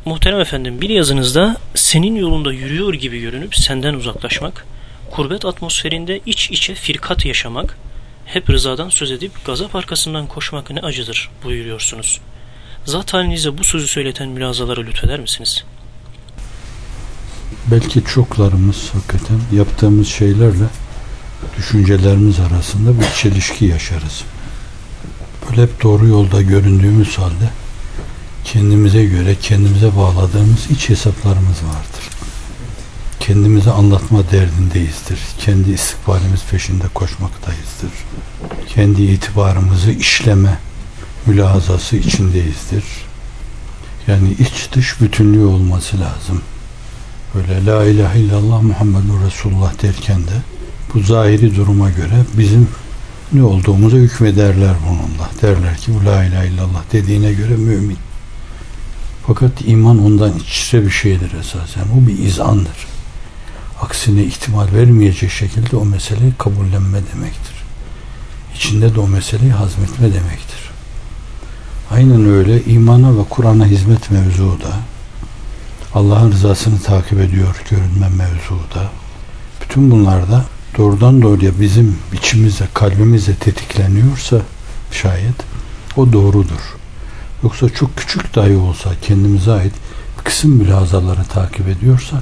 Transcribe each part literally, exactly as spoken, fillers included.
Muhterem efendim, bir yazınızda senin yolunda yürüyor gibi görünüp senden uzaklaşmak, kurbet atmosferinde iç içe firkat yaşamak, hep rızadan söz edip gazap arkasından koşmak ne acıdır buyuruyorsunuz. Zat halinize bu sözü söyleten mülazalara lütfeder misiniz? Belki çoklarımız hakikaten yaptığımız şeylerle düşüncelerimiz arasında bir çelişki yaşarız. Böyle hep doğru yolda göründüğümüz halde kendimize göre kendimize bağladığımız iç hesaplarımız vardır. Kendimize anlatma derdindeyizdir. Kendi istikbalimiz peşinde koşmaktayızdır. Kendi itibarımızı işleme mülahazası içindeyizdir. Yani iç dış bütünlüğü olması lazım. Böyle la ilahe illallah Muhammedur Resulullah derken de bu zahiri duruma göre bizim ne olduğumuza hükmederler bununla. Derler ki bu la ilahe illallah dediğine göre mümin. Fakat iman ondan içre bir şeydir esasen. O bir izandır. Aksine ihtimal vermeyecek şekilde o meseleyi kabullenme demektir. İçinde de o meseleyi hazmetme demektir. Aynen öyle imana ve Kur'an'a hizmet mevzuu da, Allah'ın rızasını takip ediyor görünme mevzuu da, bütün bunlarda doğrudan doğruya bizim içimizde, kalbimizde tetikleniyorsa şayet o doğrudur. Yoksa çok küçük dahi olsa kendimize ait bir kısım mülazaları takip ediyorsak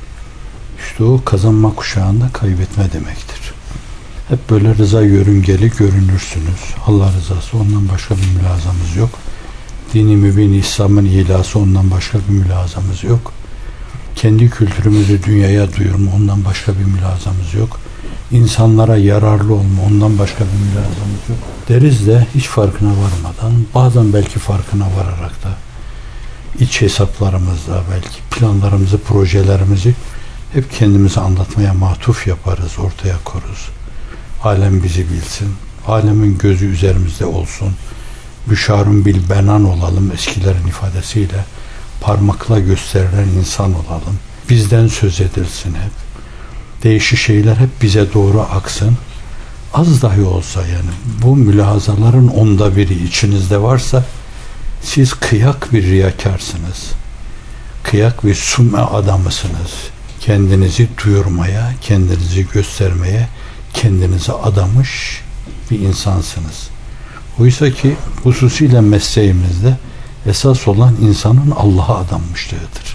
işte o kazanma kuşağında kaybetme demektir. Hep böyle rıza yörüngeli görünürsünüz. Allah rızası, ondan başka bir mülazamız yok. Dini mübin İslam'ın ilası, ondan başka bir mülazamız yok. Kendi kültürümüzü dünyaya duyurma, ondan başka bir mülazamız yok. İnsanlara yararlı olma, ondan başka bir mülazamız yok. Deriz de hiç farkına varmadan, bazen belki farkına vararak da iç hesaplarımızda belki planlarımızı, projelerimizi hep kendimize anlatmaya matuf yaparız, ortaya koruz. Alem bizi bilsin, alemin gözü üzerimizde olsun, büşarun bil benan olalım eskilerin ifadesiyle, parmakla gösterilen insan olalım, bizden söz edilsin hep, değişik şeyler hep bize doğru aksın, az dahi olsa yani bu mülahazaların onda biri içinizde varsa siz kıyak bir riyakarsınız, kıyak bir summe adamısınız, kendinizi duyurmaya, kendinizi göstermeye kendinize adamış bir insansınız. Oysa ki hususiyle mesleğimizde esas olan insanın Allah'a adanmışlığıdır.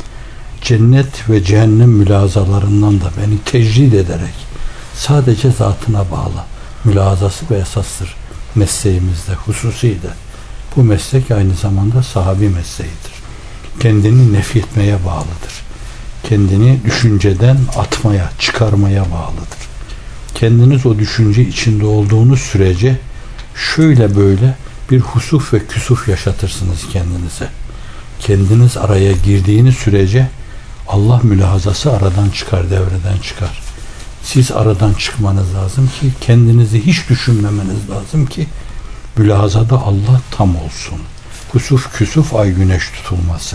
Cennet ve cehennem mülazalarından da beni tecrid ederek sadece zatına bağlı mülazası ve esastır mesleğimizde hususiyle. Bu meslek aynı zamanda sahabi mesleğidir. Kendini nefretmeye bağlıdır. Kendini düşünceden atmaya, çıkarmaya bağlıdır. Kendiniz o düşünce içinde olduğunuz sürece şöyle böyle bir husuf ve küsuf yaşatırsınız kendinize. Kendiniz araya girdiğiniz sürece Allah mülahazası aradan çıkar, devreden çıkar. Siz aradan çıkmanız lazım ki kendinizi hiç düşünmemeniz lazım ki mülahazada Allah tam olsun. Husuf, küsuf, ay güneş tutulması.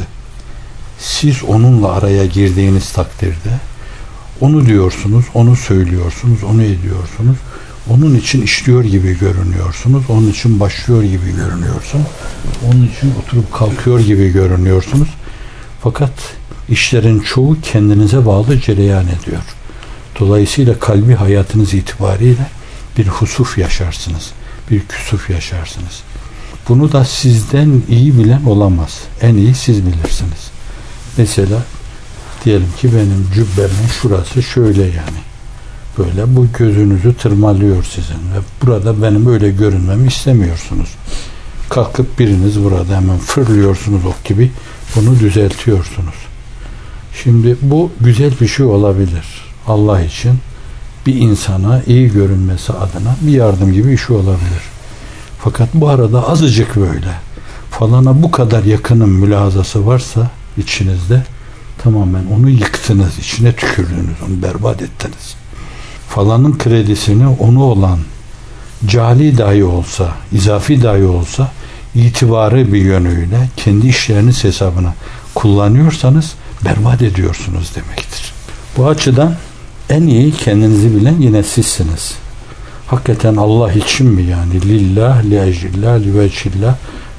Siz onunla araya girdiğiniz takdirde onu diyorsunuz, onu söylüyorsunuz, onu ediyorsunuz. Onun için işliyor gibi görünüyorsunuz. Onun için başlıyor gibi görünüyorsunuz. Onun için oturup kalkıyor gibi görünüyorsunuz. Fakat işlerin çoğu kendinize bağlı cereyan ediyor. Dolayısıyla kalbi hayatınız itibariyle bir husuf yaşarsınız. Bir küsuf yaşarsınız. Bunu da sizden iyi bilen olamaz. En iyi siz bilirsiniz. Mesela diyelim ki benim cübbemin şurası şöyle yani. Böyle bu gözünüzü tırmalıyor sizin ve burada benim öyle görünmemi istemiyorsunuz. Kalkıp biriniz burada hemen fırlıyorsunuz ok gibi bunu düzeltiyorsunuz. Şimdi bu güzel bir şey olabilir. Allah için bir insana iyi görünmesi adına bir yardım gibi işi olabilir. Fakat bu arada azıcık böyle falana bu kadar yakının mülahazası varsa içinizde tamamen onu yıktınız, içine tükürdünüz, onu berbat ettiniz. Falanın kredisini onu olan cali dahi olsa, izafi dahi olsa itibarı bir yönüyle kendi işleriniz hesabına kullanıyorsanız berbat ediyorsunuz demektir. Bu açıdan en iyi kendinizi bilen yine sizsiniz. Hakikaten Allah için mi yani? Lillah, li ecillah, li vecillah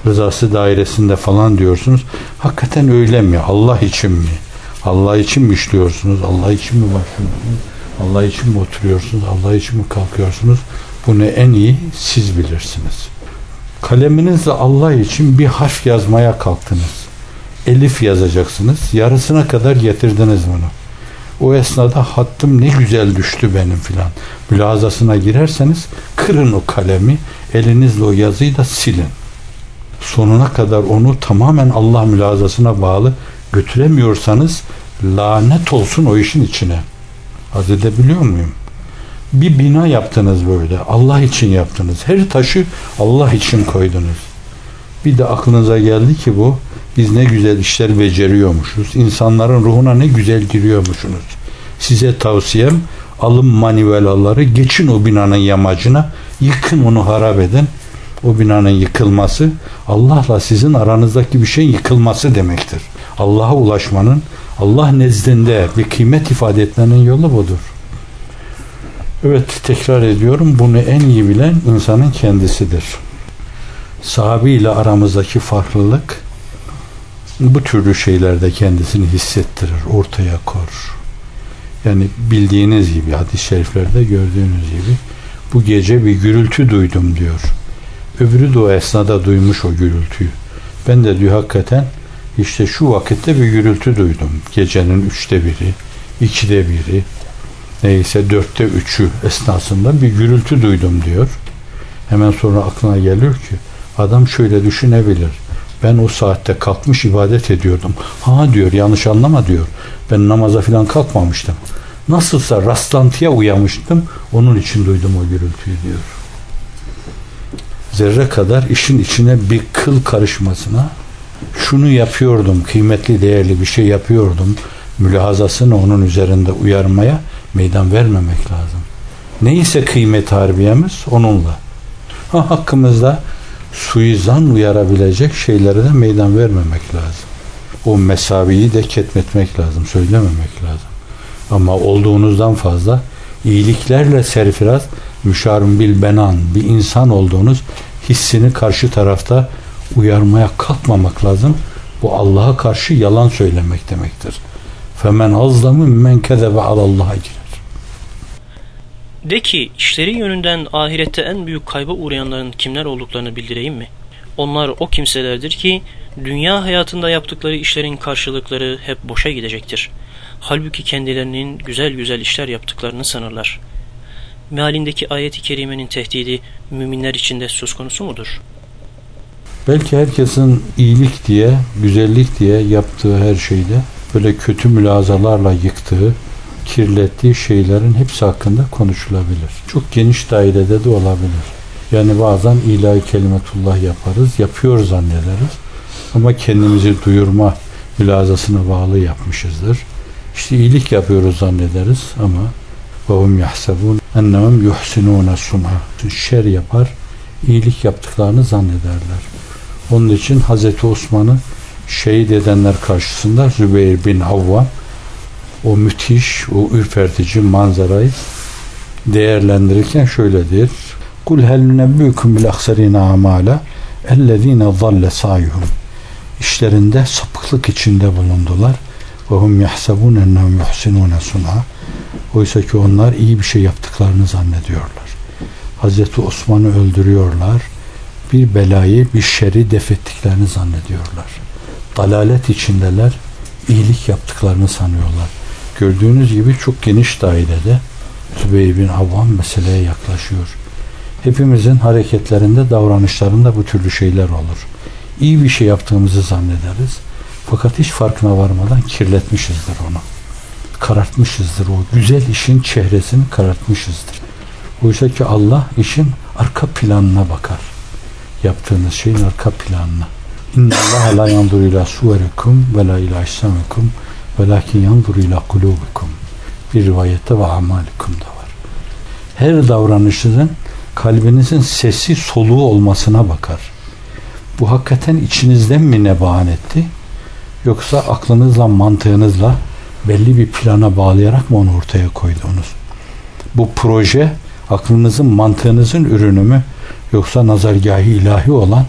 rızası dairesinde falan diyorsunuz. Hakikaten öyle mi? Allah için mi? Allah için mi işliyorsunuz? Allah için mi başlıyorsunuz? Allah için mi oturuyorsunuz? Allah için mi kalkıyorsunuz? Bunu en iyi siz bilirsiniz. Kaleminizle Allah için bir harf yazmaya kalktınız. Elif yazacaksınız. Yarısına kadar getirdiniz bunu. O esnada hattım ne güzel düştü benim filan mülahazasına girerseniz kırın o kalemi, elinizle o yazıyı da silin. Sonuna kadar onu tamamen Allah mülahazasına bağlı götüremiyorsanız lanet olsun o işin içine. Az edebiliyor muyum? Bir bina yaptınız böyle. Allah için yaptınız. Her taşı Allah için koydunuz. Bir de aklınıza geldi ki bu biz ne güzel işler beceriyormuşuz. İnsanların ruhuna ne güzel giriyormuşsunuz. Size tavsiyem alın manivelaları, geçin o binanın yamacına, yıkın onu, harap edin. O binanın yıkılması Allah'la sizin aranızdaki bir şeyin yıkılması demektir. Allah'a ulaşmanın, Allah nezdinde bir kıymet ifade etmenin yolu budur. Evet, tekrar ediyorum, bunu en iyi bilen insanın kendisidir. Sahabe ile aramızdaki farklılık bu türlü şeylerde kendisini hissettirir, ortaya koyar. Yani bildiğiniz gibi, hadis-i şeriflerde gördüğünüz gibi bu gece bir gürültü duydum diyor. Öbürü de o esnada duymuş o gürültüyü. Ben de diyor hakikaten işte şu vakitte bir gürültü duydum. Gecenin üçte biri, ikide biri, neyse dörtte üçü esnasında bir gürültü duydum diyor. Hemen sonra aklına geliyor ki adam şöyle düşünebilir. Ben o saatte kalkmış ibadet ediyordum. Ha diyor, yanlış anlama diyor. Ben namaza falan kalkmamıştım. Nasılsa rastlantıya uyamıştım. Onun için duydum o gürültüyü diyor. Zerre kadar işin içine bir kıl karışmasına, şunu yapıyordum, kıymetli değerli bir şey yapıyordum mülahazasını onun üzerinde uyarmaya meydan vermemek lazım. Neyse kıymet harbiyemiz onunla. Ha, hakkımızda suizan uyarabilecek şeylere de meydan vermemek lazım. O mesaviyi de ketmetmek lazım, söylememek lazım. Ama olduğunuzdan fazla iyiliklerle serfiraz, müşarun bil benan bir insan olduğunuz hissini karşı tarafta uyarmaya kalkmamak lazım. Bu Allah'a karşı yalan söylemek demektir. Femen azlamu men kezebe alallaha girer. De ki işleri yönünden ahirette en büyük kayba uğrayanların kimler olduklarını bildireyim mi? Onlar o kimselerdir ki dünya hayatında yaptıkları işlerin karşılıkları hep boşa gidecektir. Halbuki kendilerinin güzel güzel işler yaptıklarını sanırlar. Mealindeki ayet-i kerimenin tehdidi müminler için de söz konusu mudur? Belki herkesin iyilik diye, güzellik diye yaptığı her şeyde böyle kötü mülazalarla yıktığı, kirlettiği şeylerin hepsi hakkında konuşulabilir. Çok geniş dairede de olabilir. Yani bazen ilahi kelimetullah yaparız, yapıyor zannederiz. Ama kendimizi duyurma mülazasına bağlı yapmışızdır. İşte iyilik yapıyoruz zannederiz ama وَهُمْ يَحْسَبُونَ اَنَّهُمْ يُحْسِنُونَ سُنْهَا şer yapar, iyilik yaptıklarını zannederler. Onun için Hazreti Osman'ı şehit edenler karşısında Zübeyir bin Avvam o müthiş, o ürpertici manzarayı değerlendirirken şöyle der: "Kul hel nunebbiukum bil akhsarina amala ellezina zalle sayuhum." İşlerinde sapıklık içinde bulundular. Ve hum yahsabun ennehum yuhsinun sun'a. Oysa ki onlar iyi bir şey yaptıklarını zannediyorlar. Hazreti Osman'ı öldürüyorlar. Bir belayı, bir şerri def ettiklerini zannediyorlar. Dalalet içindeler, iyilik yaptıklarını sanıyorlar. Gördüğünüz gibi çok geniş dairede Zübeyir bin Avvam meseleye yaklaşıyor. Hepimizin hareketlerinde, davranışlarında bu türlü şeyler olur. İyi bir şey yaptığımızı zannederiz. Fakat hiç farkına varmadan kirletmişizdir onu. Karartmışızdır o güzel işin çehresini karartmışızdır. Oysa ki Allah işin arka planına bakar. Yaptığınız şeyin arka planına. İnna Allah la yanzur ila suverikum ve la ila ihsamikum velakin yanzur ila kulubikum. Bir rivayette ve amalikum da var. Her davranışınızın kalbinizin sesi soluğu olmasına bakar. Bu hakikaten içinizden mi nebahan etti? Yoksa aklınızla, mantığınızla belli bir plana bağlayarak mı onu ortaya koydunuz? Bu proje aklınızın, mantığınızın ürünü mü? Yoksa nazargâhi ilahi olan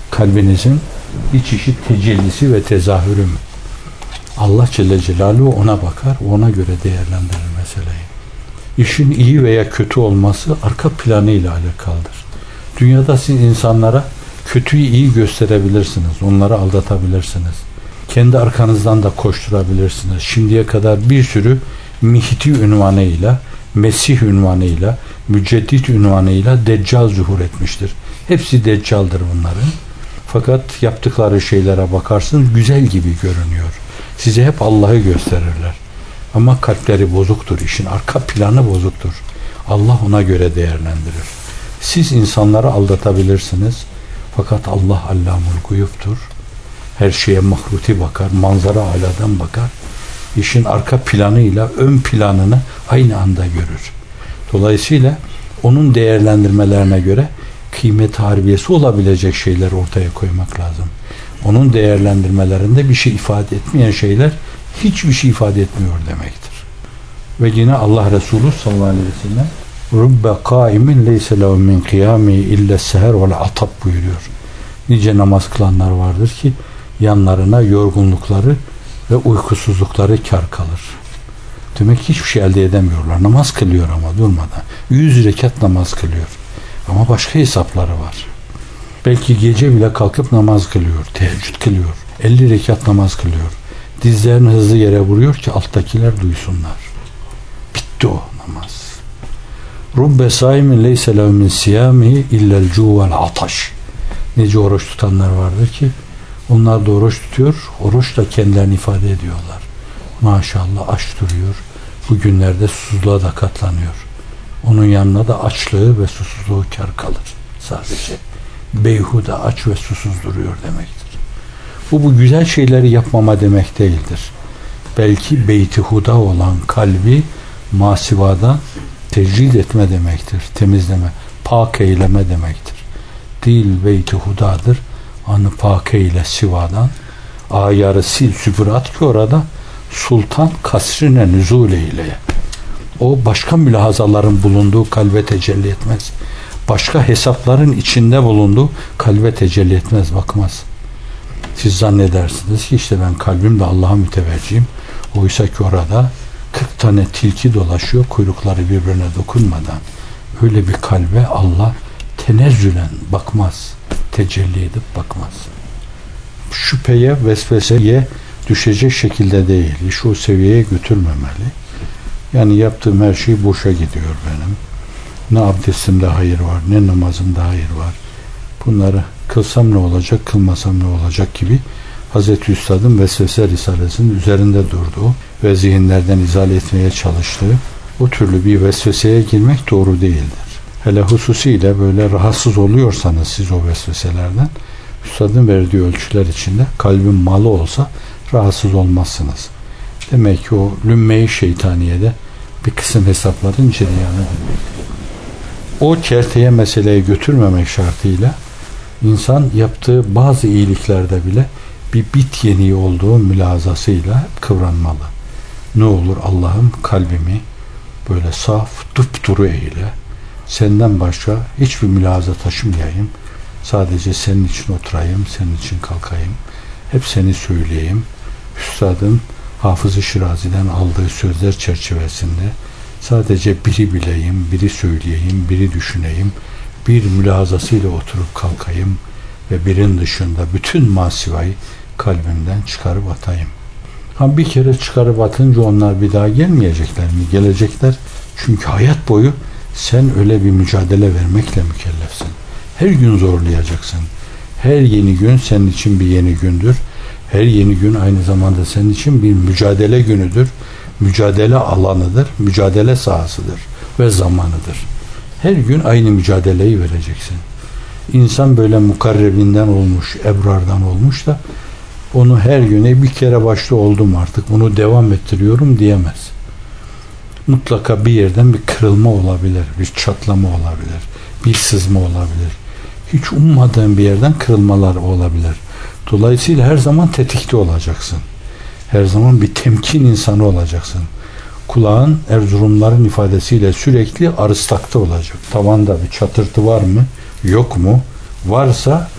kalbinizin bir çeşit tecellisi ve tezahürü mü? Allah Celle Celaluhu ona bakar, ona göre değerlendirir meseleyi. İşin iyi veya kötü olması arka planı ile alakalıdır. Dünyada siz insanlara kötüyü iyi gösterebilirsiniz, onları aldatabilirsiniz. Kendi arkanızdan da koşturabilirsiniz. Şimdiye kadar bir sürü Mihdi ünvanıyla, Mesih ünvanıyla, Müceddit ünvanıyla Deccal zuhur etmiştir. Hepsi Deccal'dır bunların. Fakat yaptıkları şeylere bakarsınız güzel gibi görünüyor. Size hep Allah'ı gösterirler. Ama kalpleri bozuktur. İşin arka planı bozuktur. Allah ona göre değerlendirir. Siz insanları aldatabilirsiniz. Fakat Allah Allamul Guyub'tur. Her şeye mahruti bakar. Manzara aladan bakar. İşin arka planıyla ön planını aynı anda görür. Dolayısıyla onun değerlendirmelerine göre kıymet harbiyesi olabilecek şeyler ortaya koymak lazım. Onun değerlendirmelerinde bir şey ifade etmeyen şeyler hiçbir şey ifade etmiyor demektir. Ve yine Allah Resulü sallallahu aleyhi ve sellem Rubbe kaimin leyse lehu min kıyami illa seher ve atab buyuruyor. Nice namaz kılanlar vardır ki yanlarına yorgunlukları ve uykusuzlukları kar kalır. Demek ki hiçbir şey elde edemiyorlar. Namaz kılıyor ama durmadan. Yüz rekat namaz kılıyor. Ama başka hesapları var. Belki gece bile kalkıp namaz kılıyor. Teheccüd kılıyor. elli rekat namaz kılıyor. Dizlerini hızlı yere vuruyor ki alttakiler duysunlar. Bitti o namaz. Rubbe saimin leyse lehu min siyamihi illel cu vel ataş. Nice oruç tutanlar vardır ki onlar da oruç tutuyor. Oruç da kendilerini ifade ediyorlar. Maşallah aç duruyor. Bu günlerde susuzluğa da katlanıyor. Onun yanına da açlığı ve susuzluğu kar kalır. Sadece beyhude aç ve susuz duruyor demektir. Bu bu güzel şeyleri yapmama demek değildir. Belki beyti huda olan kalbi masivadan tecrid etme demektir. Temizleme, pak eyleme demektir. Değil beyti hudadır. Anı pak eyle sivadan. Ayarı sil sübürat ki orada sultan kasrine nüzul eyleye. O başka mülahazaların bulunduğu kalbe tecelli etmez. Başka hesapların içinde bulunduğu kalbe tecelli etmez, bakmaz. Siz zannedersiniz ki işte ben kalbimle Allah'a müteveccihim. Oysa ki orada kırk tane tilki dolaşıyor, kuyrukları birbirine dokunmadan. Öyle bir kalbe Allah tenezzülen bakmaz. Tecelli edip bakmaz. Şüpheye, vesveseye düşecek şekilde değil. İş o seviyeye götürmemeli. Yani yaptığım her şey boşa gidiyor benim. Ne abdestimde hayır var, ne namazımda hayır var. Bunları kılsam ne olacak, kılmasam ne olacak gibi Hazreti Üstad'ın Vesvese Risalesi'nin üzerinde durduğu ve zihinlerden izale etmeye çalıştığı o türlü bir vesveseye girmek doğru değildir. Hele hususiyle böyle rahatsız oluyorsanız siz o vesveselerden, Üstad'ın verdiği ölçüler içinde kalbin malı olsa rahatsız olmazsınız. Demek ki o lümme-i şeytaniyede bir kısım hesapların cereyanı. O kerteye meseleyi götürmemek şartıyla insan yaptığı bazı iyiliklerde bile bir bit yeniği olduğu mülazasıyla kıvranmalı. Ne olur Allah'ım kalbimi böyle saf, dupduru eyle. Senden başka hiçbir mülaza taşımayayım. Sadece senin için oturayım, senin için kalkayım. Hep seni söyleyeyim. Üstadın Hafız-ı Şirazi'den aldığı sözler çerçevesinde sadece biri bileyim, biri söyleyeyim, biri düşüneyim, bir mülazasıyla oturup kalkayım ve birin dışında bütün masivayı kalbimden çıkarıp atayım. Ha bir kere çıkarıp atınca onlar bir daha gelmeyecekler mi? Gelecekler. Çünkü hayat boyu sen öyle bir mücadele vermekle mükellefsin. Her gün zorlayacaksın. Her yeni gün senin için bir yeni gündür. Her yeni gün aynı zamanda senin için bir mücadele günüdür. Mücadele alanıdır. Mücadele sahasıdır. Ve zamanıdır. Her gün aynı mücadeleyi vereceksin. İnsan böyle mukarrebinden olmuş, ebrardan olmuş da onu her güne bir kere başta oldum artık bunu devam ettiriyorum diyemez. Mutlaka bir yerden bir kırılma olabilir, bir çatlama olabilir, bir sızma olabilir. Hiç ummadığın bir yerden kırılmalar olabilir. Dolayısıyla her zaman tetikte olacaksın. Her zaman bir temkin insanı olacaksın. Kulağın Erzurumların ifadesiyle sürekli arıstakta olacak. Tavanda bir çatırtı var mı? Yok mu? Varsa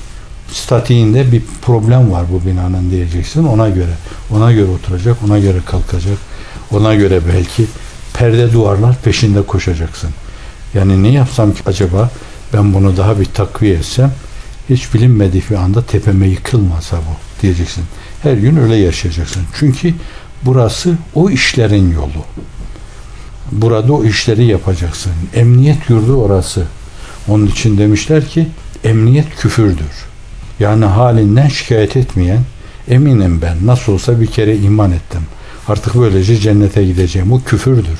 statiğinde bir problem var bu binanın diyeceksin. Ona göre, ona göre oturacak, ona göre kalkacak, ona göre belki perde duvarlar peşinde koşacaksın. Yani ne yapsam ki acaba ben bunu daha bir takviye etsem, hiç bilinmediği bir anda tepeme yıkılmasa bu diyeceksin. Her gün öyle yaşayacaksın. Çünkü burası o işlerin yolu. Burada o işleri yapacaksın. Emniyet yurdu orası. Onun için demişler ki emniyet küfürdür. Yani halinden şikayet etmeyen, eminim ben nasıl olsa bir kere iman ettim, artık böylece cennete gideceğim. O küfürdür.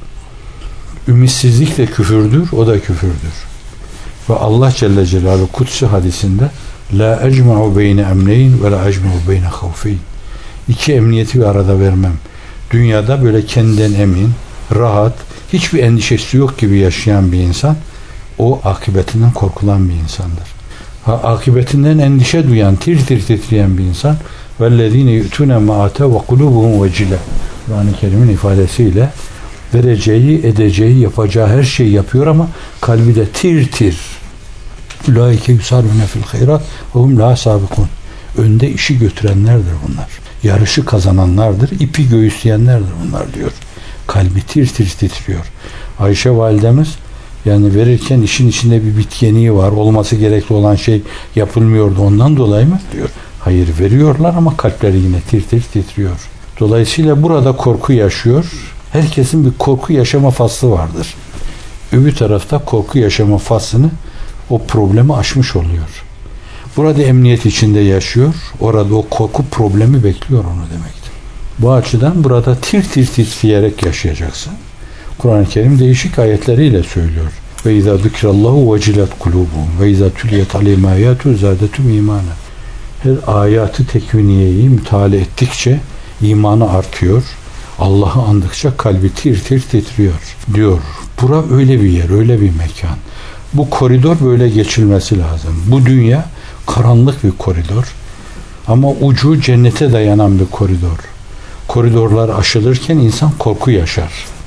Ümitsizlik de küfürdür, o da küfürdür. Ve Allah Celle Celaluhu Kutsi hadisinde la ecma'u beyne emneyn ve la ecma'u beyne havfeyn. İki emniyeti bir arada vermem. Dünyada böyle kendinden emin, rahat, hiçbir endişesi yok gibi yaşayan bir insan, o akıbetinden korkulan bir insandır. Ha, akıbetinden endişe duyan, tir tir titreyen bir insan vellezine yu'tune ma ata ve kulubuhum vecile. Kur'an-ı Kerim'in ifadesiyle vereceği, edeceği, yapacağı her şeyi yapıyor ama kalbi de tir tir. Ulaike yusarune fil hayrat ve hum la sabikun. Önde işi götürenlerdir bunlar. Yarışı kazananlardır, ipi göğüsleyenlerdir bunlar diyor. Kalbi tir tir titriyor. Ayşe validemiz yani verirken işin içinde bir bitkeniği var. Olması gerekli olan şey yapılmıyordu ondan dolayı mı? Diyor. Hayır, veriyorlar ama kalpleri yine tir tir titriyor. Dolayısıyla burada korku yaşıyor. Herkesin bir korku yaşama faslı vardır. Öbür tarafta korku yaşama faslını, o problemi aşmış oluyor. Burada emniyet içinde yaşıyor. Orada o korku problemi bekliyor onu demektir. Bu açıdan burada tir tir titreyerek yaşayacaksın. Kur'an-ı Kerim değişik ayetleriyle söylüyor. Ve izâ zikrallahu vecilet kulûbuhum ve izâ tüliyet aleyhim âyâtu zâdetum imâna. Her ayatı tekviniyeyi müteala ettikçe imanı artıyor. Allah'ı andıkça kalbi tir tir titriyor diyor. Bura öyle bir yer, öyle bir mekan. Bu koridor böyle geçilmesi lazım. Bu dünya karanlık bir koridor. Ama ucu cennete dayanan bir koridor. Koridorlar aşılırken insan korku yaşar.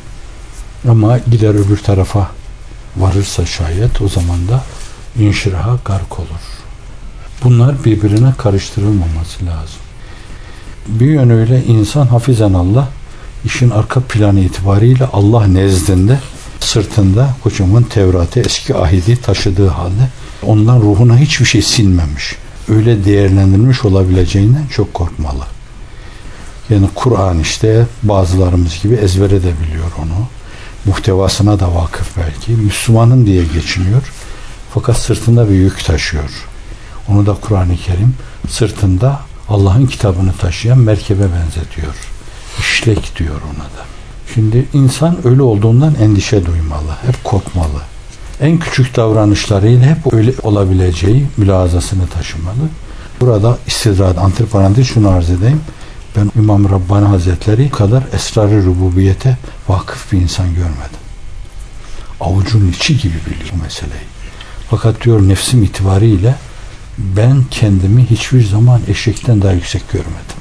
Ama gider öbür tarafa varırsa şayet o zaman da inşiraha gark olur. Bunlar birbirine karıştırılmaması lazım. Bir yönüyle insan hafizan Allah işin arka planı itibariyle Allah nezdinde sırtında kocaman Tevrat'ı, eski ahidi taşıdığı halde ondan ruhuna hiçbir şey sinmemiş. Öyle değerlendirilmiş olabileceğinden çok korkmalı. Yani Kur'an işte bazılarımız gibi ezbere de biliyor onu. Muhtevasına da vakıf belki. Müslümanım diye geçiniyor. Fakat sırtında bir yük taşıyor. Onu da Kur'an-ı Kerim sırtında Allah'ın kitabını taşıyan merkebe benzetiyor. İşlek diyor ona da. Şimdi insan öyle olduğundan endişe duymalı. Hep korkmalı. En küçük davranışlarıyla hep öyle olabileceği mülazasını taşımalı. Burada istidrad, antiparantez şunu arz edeyim. Ben İmam Rabbani Hazretleri kadar esrar-ı rububiyete vakıf bir insan görmedim. Avucun içi gibi biliyor bu meseleyi. Fakat diyor nefsim itibariyle ben kendimi hiçbir zaman eşekten daha yüksek görmedim.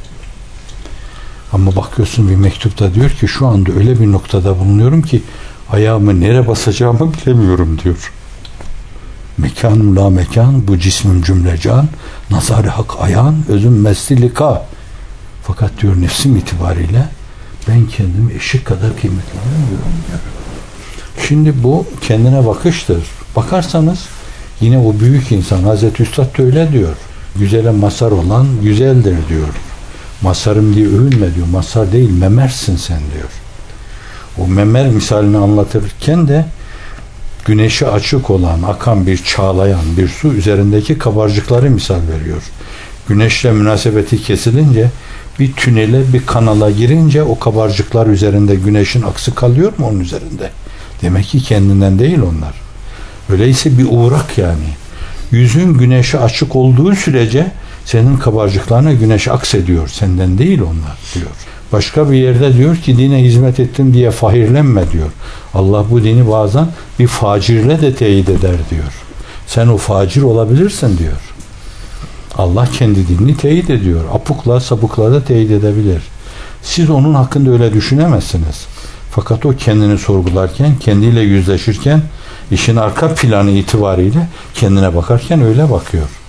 Ama bakıyorsun bir mektupta diyor ki şu anda öyle bir noktada bulunuyorum ki ayağımı nereye basacağımı bilemiyorum diyor. Mekanım la mekan, bu cismim cümle can, nazar-ı hak ayan, özüm meslilika. Fakat diyor nefsim itibariyle ben kendimi eşek kadar kıymetlenmiyorum diyor. Şimdi bu kendine bakıştır. Bakarsanız yine o büyük insan Hazreti Üstad da öyle diyor. Güzele mazhar olan güzeldir diyor. Mazharım diye övünme diyor. Mazhar değil, memersin sen diyor. O memer misalini anlatırken de güneşi açık olan, akan bir çağlayan bir su üzerindeki kabarcıkları misal veriyor. Güneşle münasebeti kesilince bir tünele, bir kanala girince o kabarcıklar üzerinde güneşin aksı kalıyor mu onun üzerinde? Demek ki kendinden değil onlar. Öyleyse bir uğrak yani. Yüzün güneşe açık olduğu sürece senin kabarcıklarına güneş aksediyor. Senden değil onlar diyor. Başka bir yerde diyor ki dine hizmet ettim diye fahirlenme diyor. Allah bu dini bazen bir facirle de teyit eder diyor. Sen o facir olabilirsin diyor. Allah kendi dinini teyit ediyor. Apukla sapukla da teyit edebilir. Siz onun hakkında öyle düşünemezsiniz. Fakat o kendini sorgularken, kendiyle yüzleşirken, işin arka planı itibariyle kendine bakarken öyle bakıyor.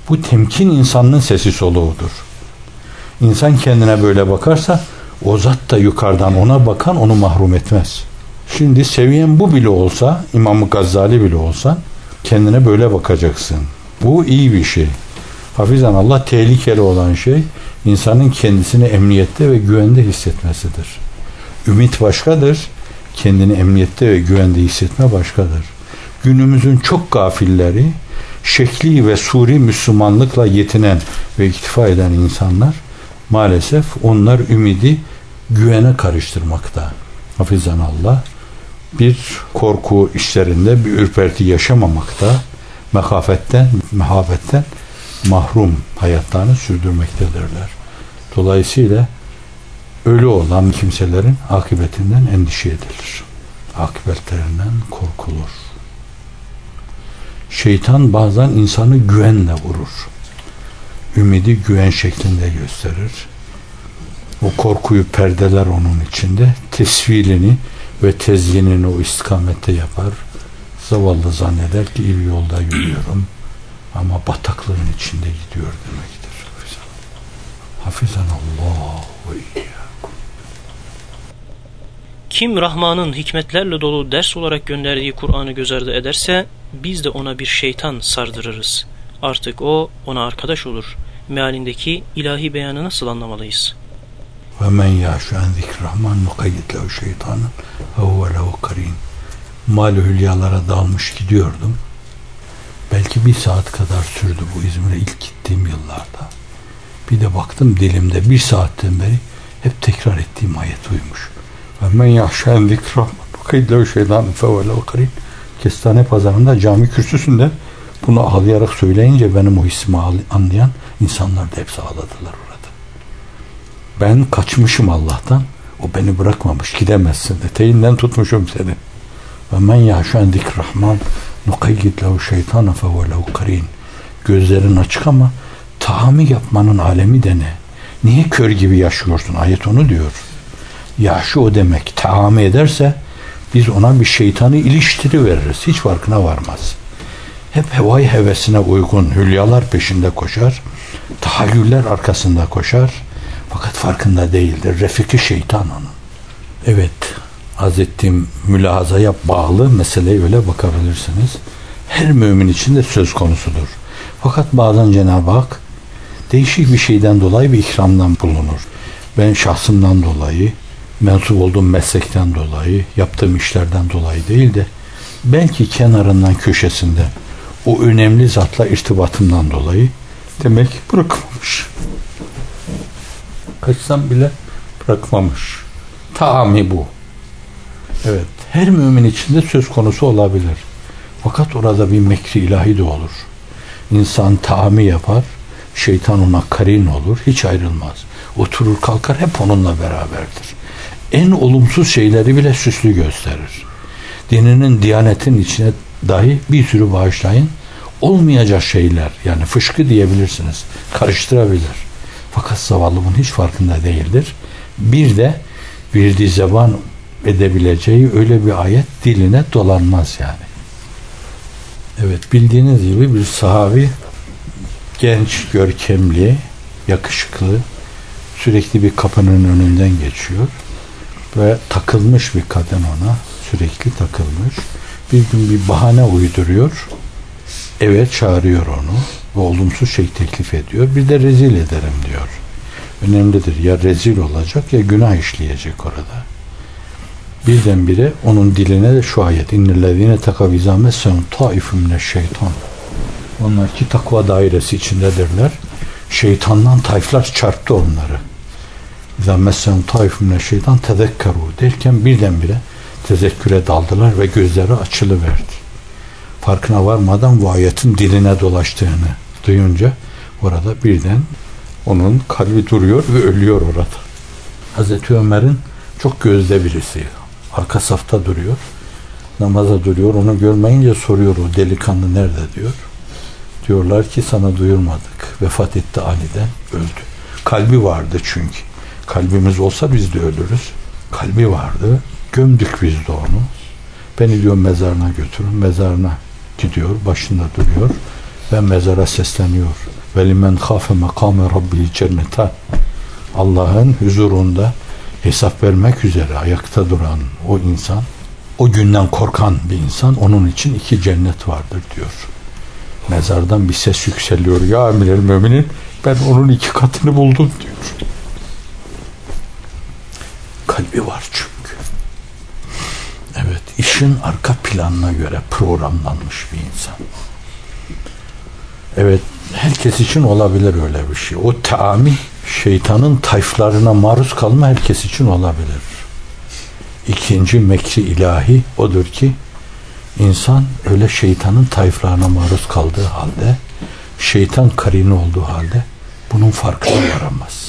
Bu temkin insanın sesi soluğudur. İnsan kendine böyle bakarsa o zat da yukarıdan ona bakan onu mahrum etmez. Şimdi seviyen bu bile olsa, İmam-ı Gazali bile olsa kendine böyle bakacaksın. Bu iyi bir şey. Hafizan Allah, tehlikeli olan şey insanın kendisini emniyette ve güvende hissetmesidir. Ümit başkadır, kendini emniyette ve güvende hissetme başkadır. Günümüzün çok gafilleri, şekli ve suri Müslümanlıkla yetinen ve iktifa eden insanlar, maalesef onlar ümidi güvene karıştırmakta. Hafizan Allah, bir korku işlerinde bir ürperti yaşamamakta, mehafetten, mehabetten mahrum hayatlarını sürdürmektedirler. Dolayısıyla ölü olan kimselerin akıbetinden endişe edilir. Akıbetlerinden korkulur. Şeytan bazen insanı güvenle vurur. Ümidi güven şeklinde gösterir. O korkuyu perdeler onun içinde. Tesvilini ve tezyinini o istikamette yapar. Zavallı zanneder ki iyi yolda yürüyorum ama bataklığın içinde gidiyor demektir. Hafizan Allah ve iyyakum. Kim Rahman'ın hikmetlerle dolu ders olarak gönderdiği Kur'an'ı göz ardı ederse biz de ona bir şeytan sardırırız. Artık o ona arkadaş olur. Mealindeki ilahi beyanı nasıl anlamalıyız? Ve men ya'şu an zikrahman nukayyid lehu şeytanen ve huve lehu karin. Mal-i hülyalara dalmış gidiyordum. Belki bir saat kadar sürdü bu İzmir'e ilk gittiğim yıllarda. Bir de baktım dilimde bir saatten beri hep tekrar ettiğim ayet uymuş. Ve men ya'şu an zikrahman nukayyid lehu şeytanen ve huve lehu karin. Kestane pazarında cami kürsüsünde bunu ağlayarak söyleyince benim o hissimi anlayan insanlar da hepsi ağladılar orada. Ben kaçmışım Allah'tan, o beni bırakmamış, gidemezsin. Eteğinden tutmuşum seni. Ve men ya'şu an zikrahman nukayyid lehu şeytanen fe huve lehu karin. Gözlerin açık ama tahammü yapmanın alemi de ne? Niye kör gibi yaşıyorsun? Ayet onu diyor. Yaşu o demek. Tahammü ederse biz ona bir şeytanı iliştiriveririz. Hiç farkına varmaz. Hep hevai hevesine uygun hülyalar peşinde koşar. Tahayyüller arkasında koşar. Fakat farkında değildir. Refiki şeytan onun. Evet, az ettiğim mülahazaya bağlı meseleye öyle bakabilirsiniz. Her mümin için de söz konusudur. Fakat bazen Cenab-ı Hak değişik bir şeyden dolayı bir ikramdan bulunur. Ben şahsımdan dolayı, mensup olduğum meslekten dolayı, yaptığım işlerden dolayı değil de belki kenarından, köşesinde o önemli zatla irtibatımdan dolayı demek bırakmamış. Kaçsam bile bırakmamış. Taami bu. Evet, her mümin içinde söz konusu olabilir. Fakat orada bir mekri ilahi de olur. İnsan taami yapar, şeytan ona karin olur, hiç ayrılmaz. Oturur kalkar, hep onunla beraberdir. En olumsuz şeyleri bile süslü gösterir. Dininin, diyanetin içine dahi bir sürü bağışlayın, olmayacak şeyler, yani fışkı diyebilirsiniz, karıştırabilir. Fakat zavallı bunun hiç farkında değildir. Bir de verdiği zeban edebileceği öyle bir ayet diline dolanmaz yani. Evet, bildiğiniz gibi bir sahabi, genç, görkemli, yakışıklı, sürekli bir kapının önünden geçiyor ve takılmış bir kadın ona, sürekli takılmış. Bir gün bir bahane uyduruyor, eve çağırıyor onu ve olumsuz şey teklif ediyor. Bir de rezil ederim diyor. Önemlidir, ya rezil olacak ya günah işleyecek orada. Birdenbire onun diline de şu ayet: İnnellezîne tekavizâme sen taifun mineşşeytan. Onlar ki takva dairesi içindedirler. Şeytandan tayflar çarptı onları. İzâ messen taifun mineşşeytan tezekkerû derken birdenbire tezekküre daldılar ve gözleri açılıverdi. Farkına varmadan bu ayetin diline dolaştığını duyunca orada birden onun kalbi duruyor ve ölüyor orada. Hazreti Ömer'in çok gözde birisi. Arka safta duruyor. Namaza duruyor. Onu görmeyince soruyor, o delikanlı nerede diyor. Diyorlar ki sana duyurmadık. Vefat etti, aniden öldü. Kalbi vardı çünkü. Kalbimiz olsa biz de ölürüz. Kalbi vardı. Gömdük biz de onu. Beni diyor mezarına götürün. Mezarına gidiyor. Başında duruyor. ve mezara sesleniyor. Ve limen khafe makame rabbihi cennetan. Allah'ın huzurunda hesap vermek üzere ayakta duran o insan, o günden korkan bir insan, onun için iki cennet vardır diyor. Mezardan bir ses yükseliyor. Ya emir-el müminin, ben onun iki katını buldum diyor. Kalbi var çünkü. Evet, işin arka planına göre programlanmış bir insan. Evet, herkes için olabilir öyle bir şey. O taami, şeytanın tayflarına maruz kalma herkes için olabilir. İkinci mekri ilahi odur ki insan öyle şeytanın tayflarına maruz kaldığı halde, şeytan karini olduğu halde bunun farkına varamaz.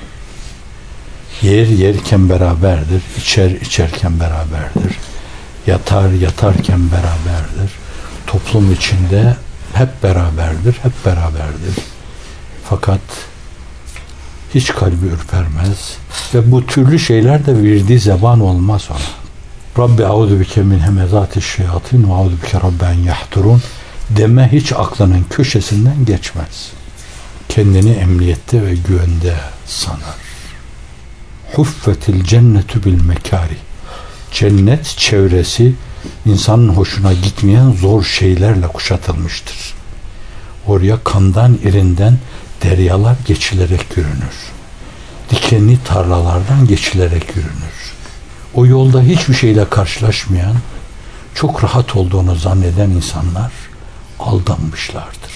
Yer yerken beraberdir, içer içerken beraberdir, yatar yatarken beraberdir, toplum içinde hep beraberdir, hep beraberdir. Fakat hiç kalbi ürpermez ve bu türlü şeyler de virdi zeban olmaz ona. Rabbi auzu bike min hemezatiş şeyatin ve auzu bike rabben yahdurun deme hiç aklının köşesinden geçmez. Kendini emniyette ve güvende sanar. Huffetil cennetu bil mekari. Cennet çevresi insanın hoşuna gitmeyen zor şeylerle kuşatılmıştır. Oraya kandan irinden deryalar geçilerek yürünür. Dikenli tarlalardan geçilerek yürünür. O yolda hiçbir şeyle karşılaşmayan, çok rahat olduğunu zanneden insanlar aldanmışlardır.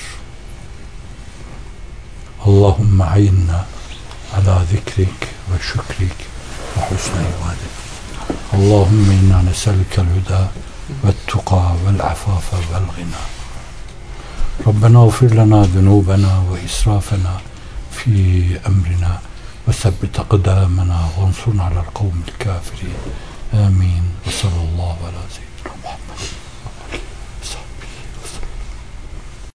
Allahümme ayinna ala zikrik ve şükrik ve husne ibadet. Allahümme inna neselükel huda ve tuqa vel afafe vel gina. Rabbena ufir lana zunubena ve israfena fi emrina ve sebbit akdamena ve ansurna alel kavmil kafirin. Amin.